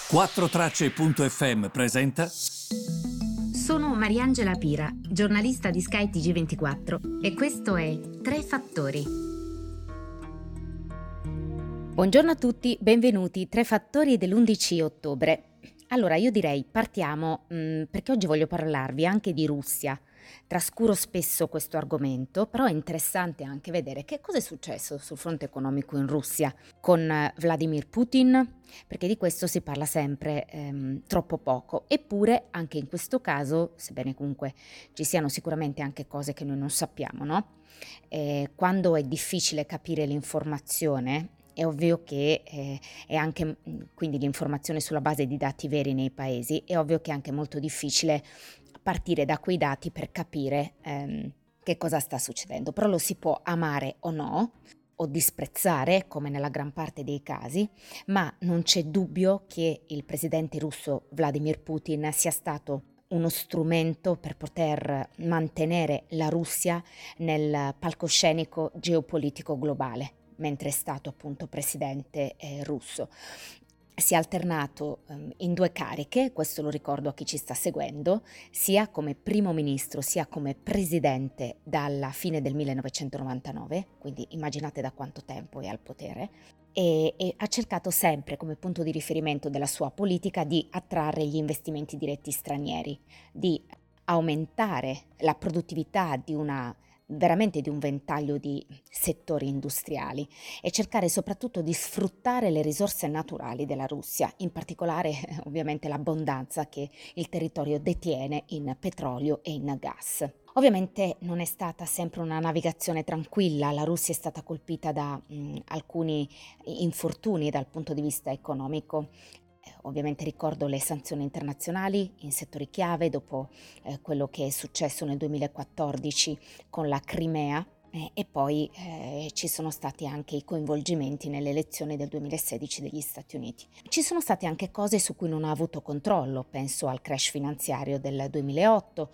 4Tracce.fm presenta. Sono Mariangela Pira, giornalista di Sky TG24 e questo è Tre Fattori. Buongiorno a tutti, benvenuti. Tre Fattori dell'11 ottobre. Allora io direi partiamo perché oggi voglio parlarvi anche di Russia. Trascuro spesso questo argomento, però è interessante anche vedere che cosa è successo sul fronte economico in Russia con Vladimir Putin, perché di questo si parla sempre troppo poco. Eppure anche in questo caso, sebbene comunque ci siano sicuramente anche cose che noi non sappiamo, no? Quando è difficile capire l'informazione, è ovvio che è anche, quindi l'informazione sulla base di dati veri nei paesi, è ovvio che è anche molto difficile partire da quei dati per capire che cosa sta succedendo. Però lo si può amare o no, o disprezzare, come nella gran parte dei casi, ma non c'è dubbio che il presidente russo Vladimir Putin sia stato uno strumento per poter mantenere la Russia nel palcoscenico geopolitico globale, mentre è stato appunto presidente russo. Si è alternato in due cariche, questo lo ricordo a chi ci sta seguendo, sia come primo ministro sia come presidente dalla fine del 1999, quindi immaginate da quanto tempo è al potere, e ha cercato sempre come punto di riferimento della sua politica di attrarre gli investimenti diretti stranieri, di aumentare la produttività veramente di un ventaglio di settori industriali e cercare soprattutto di sfruttare le risorse naturali della Russia, in particolare ovviamente l'abbondanza che il territorio detiene in petrolio e in gas. Ovviamente non è stata sempre una navigazione tranquilla, la Russia è stata colpita da alcuni infortuni dal punto di vista economico. Ovviamente ricordo le sanzioni internazionali in settori chiave dopo quello che è successo nel 2014 con la Crimea e poi ci sono stati anche i coinvolgimenti nelle elezioni del 2016 degli Stati Uniti. Ci sono state anche cose su cui non ha avuto controllo, penso al crash finanziario del 2008,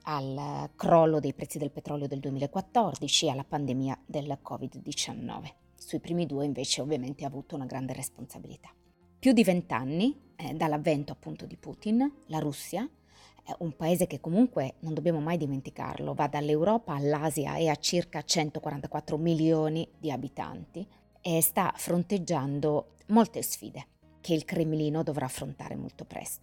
al crollo dei prezzi del petrolio del 2014 e alla pandemia del Covid-19. Sui primi due invece ovviamente ha avuto una grande responsabilità. Più di 20 anni dall'avvento appunto di Putin, la Russia, un paese che comunque, non dobbiamo mai dimenticarlo, va dall'Europa all'Asia e ha circa 144 milioni di abitanti e sta fronteggiando molte sfide che il Cremlino dovrà affrontare molto presto.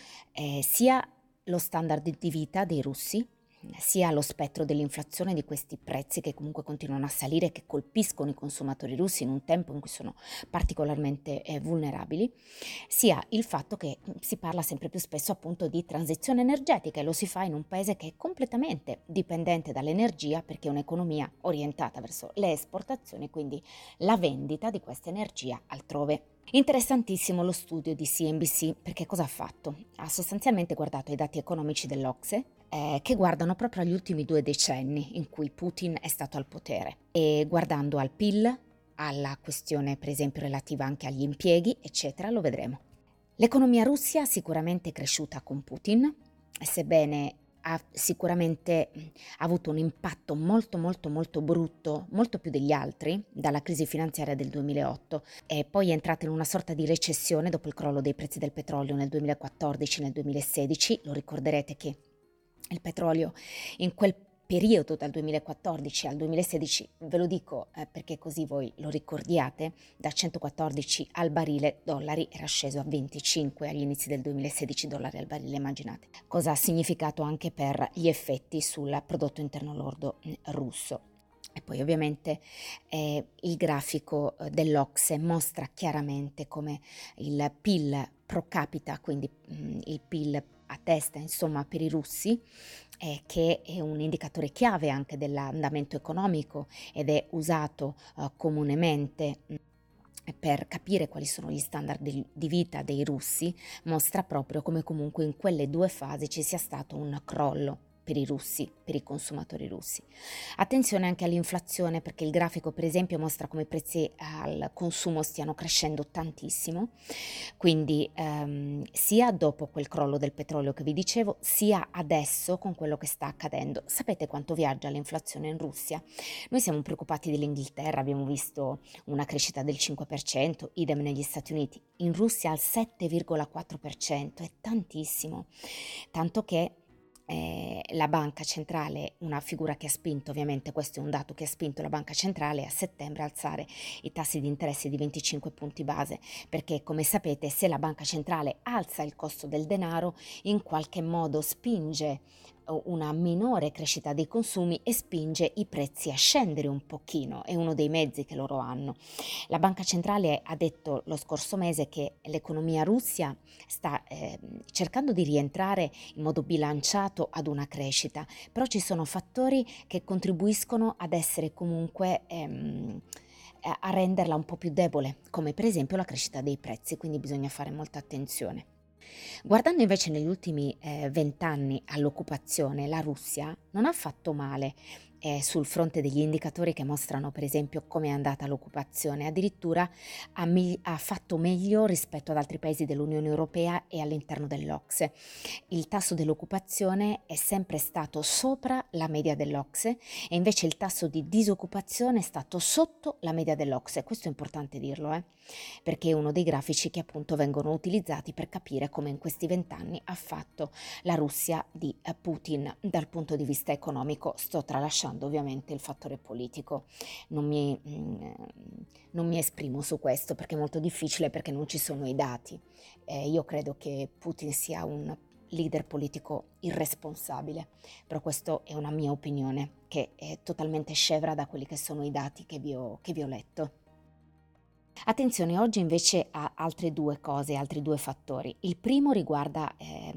Sia lo standard di vita dei russi, sia lo spettro dell'inflazione di questi prezzi che comunque continuano a salire e che colpiscono i consumatori russi in un tempo in cui sono particolarmente vulnerabili, sia il fatto che si parla sempre più spesso appunto di transizione energetica e lo si fa in un paese che è completamente dipendente dall'energia perché è un'economia orientata verso le esportazioni, quindi la vendita di questa energia altrove. Interessantissimo lo studio di CNBC perché cosa ha fatto? Ha sostanzialmente guardato i dati economici dell'Ocse che guardano proprio agli ultimi 2 decenni in cui Putin è stato al potere e guardando al PIL, alla questione per esempio relativa anche agli impieghi, eccetera, lo vedremo. L'economia russa sicuramente è cresciuta con Putin, sebbene ha sicuramente avuto un impatto molto brutto, molto più degli altri, dalla crisi finanziaria del 2008 e poi è entrata in una sorta di recessione dopo il crollo dei prezzi del petrolio nel 2014 e nel 2016. Lo ricorderete che il petrolio in quel periodo dal 2014 al 2016, ve lo dico perché così voi lo ricordiate, da 114 al barile dollari era sceso a 25 agli inizi del 2016 dollari al barile, immaginate cosa ha significato anche per gli effetti sul prodotto interno lordo russo. E poi ovviamente il grafico dell'Ocse mostra chiaramente come il PIL pro capita, quindi il PIL a testa insomma per i russi, che è un indicatore chiave anche dell'andamento economico ed è usato comunemente per capire quali sono gli standard di vita dei russi, mostra proprio come comunque in quelle due fasi ci sia stato un crollo per i russi, per i consumatori russi. Attenzione anche all'inflazione, perché il grafico per esempio mostra come i prezzi al consumo stiano crescendo tantissimo, quindi sia dopo quel crollo del petrolio che vi dicevo, sia adesso con quello che sta accadendo. Sapete quanto viaggia l'inflazione in Russia? Noi siamo preoccupati dell'Inghilterra, abbiamo visto una crescita del 5%, idem negli Stati Uniti. In Russia al 7,4%, è tantissimo, tanto che la banca centrale, una figura che ha spinto, ovviamente questo è un dato che ha spinto la banca centrale a settembre a alzare i tassi di interesse di 25 punti base, perché come sapete se la banca centrale alza il costo del denaro in qualche modo spinge una minore crescita dei consumi e spinge i prezzi a scendere un pochino, è uno dei mezzi che loro hanno. La banca centrale ha detto lo scorso mese che l'economia russia sta cercando di rientrare in modo bilanciato ad una crescita, però ci sono fattori che contribuiscono ad essere comunque a renderla un po' più debole, come per esempio la crescita dei prezzi, quindi bisogna fare molta attenzione. Guardando invece negli ultimi 20 anni all'occupazione, la Russia non ha fatto male sul fronte degli indicatori che mostrano per esempio come è andata l'occupazione, addirittura ha fatto meglio rispetto ad altri paesi dell'Unione Europea e all'interno dell'Ocse. Il tasso dell'occupazione è sempre stato sopra la media dell'Ocse e invece il tasso di disoccupazione è stato sotto la media dell'Ocse. Questo è importante dirlo, perché è uno dei grafici che appunto vengono utilizzati per capire come in questi 20 anni ha fatto la Russia di Putin dal punto di vista economico. Sto tralasciando ovviamente il fattore politico, non mi esprimo su questo perché è molto difficile, perché non ci sono i dati. Io credo che Putin sia un leader politico irresponsabile, però questa è una mia opinione che è totalmente scevra da quelli che sono i dati che vi ho letto. Attenzione, oggi invece a altre due cose, altri due fattori. Il primo riguarda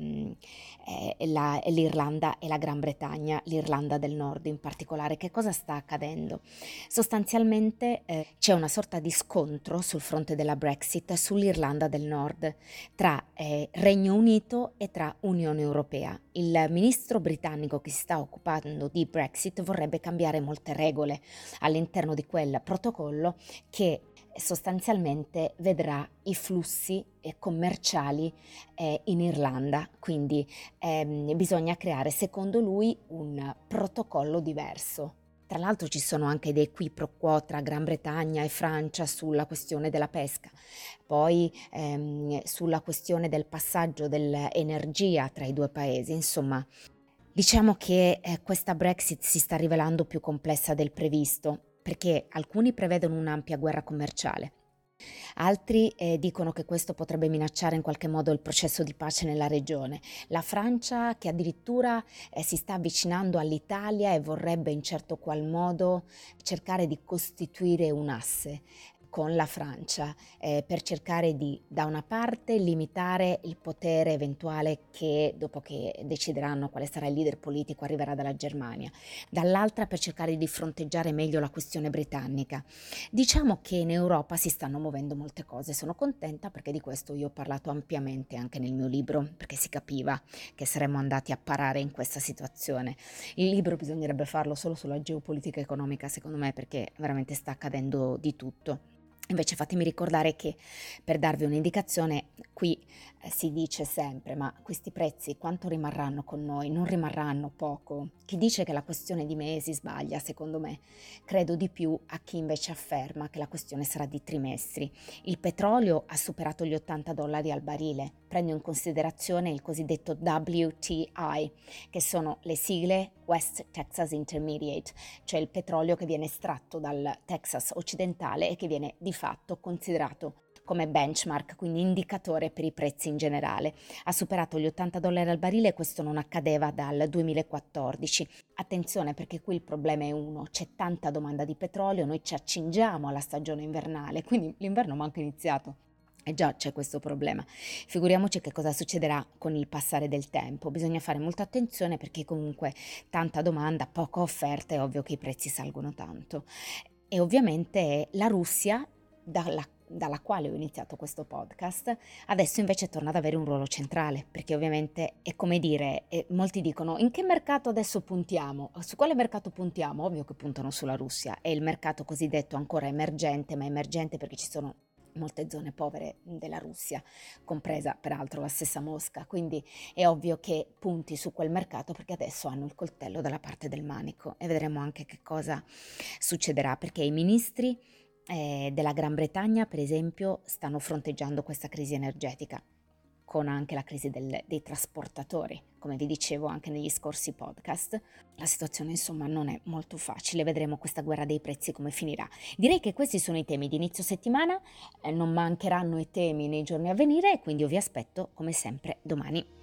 l'Irlanda e la Gran Bretagna, l'Irlanda del Nord in particolare. Che cosa sta accadendo? Sostanzialmente c'è una sorta di scontro sul fronte della Brexit sull'Irlanda del Nord tra Regno Unito e tra Unione Europea. Il ministro britannico che si sta occupando di Brexit vorrebbe cambiare molte regole all'interno di quel protocollo che sostanzialmente vedrà i flussi commerciali in Irlanda, quindi bisogna creare secondo lui un protocollo diverso. Tra l'altro ci sono anche dei qui pro quo tra Gran Bretagna e Francia sulla questione della pesca, poi sulla questione del passaggio dell'energia tra i due paesi, insomma. Diciamo che questa Brexit si sta rivelando più complessa del previsto, perché alcuni prevedono un'ampia guerra commerciale, altri dicono che questo potrebbe minacciare in qualche modo il processo di pace nella regione. La Francia che addirittura si sta avvicinando all'Italia e vorrebbe in certo qual modo cercare di costituire un asse con la Francia per cercare di, da una parte, limitare il potere eventuale che, dopo che decideranno quale sarà il leader politico, arriverà dalla Germania, dall'altra per cercare di fronteggiare meglio la questione britannica. Diciamo che in Europa si stanno muovendo molte cose, sono contenta perché di questo io ho parlato ampiamente anche nel mio libro, perché si capiva che saremmo andati a parare in questa situazione. Il libro bisognerebbe farlo solo sulla geopolitica economica, secondo me, perché veramente sta accadendo di tutto. Invece fatemi ricordare che, per darvi un'indicazione, qui si dice sempre, ma questi prezzi quanto rimarranno con noi? Non rimarranno poco. Chi dice che la questione di mesi sbaglia, secondo me. Credo di più a chi invece afferma che la questione sarà di trimestri. Il petrolio ha superato gli $80 al barile. Prendo in considerazione il cosiddetto WTI, che sono le sigle West Texas Intermediate, cioè il petrolio che viene estratto dal Texas occidentale e che viene di fatto considerato come benchmark, quindi indicatore per i prezzi in generale. Ha superato gli $80 al barile e questo non accadeva dal 2014. Attenzione, perché qui il problema è uno: c'è tanta domanda di petrolio, noi ci accingiamo alla stagione invernale, quindi l'inverno manca iniziato. E già c'è questo problema. Figuriamoci che cosa succederà con il passare del tempo. Bisogna fare molta attenzione perché comunque tanta domanda, poca offerta, è ovvio che i prezzi salgono tanto. E ovviamente la Russia, dalla quale ho iniziato questo podcast, adesso invece torna ad avere un ruolo centrale, perché ovviamente è come dire, molti dicono in che mercato adesso puntiamo? Su quale mercato puntiamo? Ovvio che puntano sulla Russia, è il mercato cosiddetto ancora emergente, ma emergente perché ci sono molte zone povere della Russia, compresa peraltro la stessa Mosca, quindi è ovvio che punti su quel mercato perché adesso hanno il coltello dalla parte del manico e vedremo anche che cosa succederà perché i ministri della Gran Bretagna, per esempio, stanno fronteggiando questa crisi energetica con anche la crisi dei trasportatori, come vi dicevo anche negli scorsi podcast. La situazione insomma non è molto facile, vedremo questa guerra dei prezzi come finirà. Direi che questi sono i temi di inizio settimana, non mancheranno i temi nei giorni a venire e quindi io vi aspetto come sempre domani.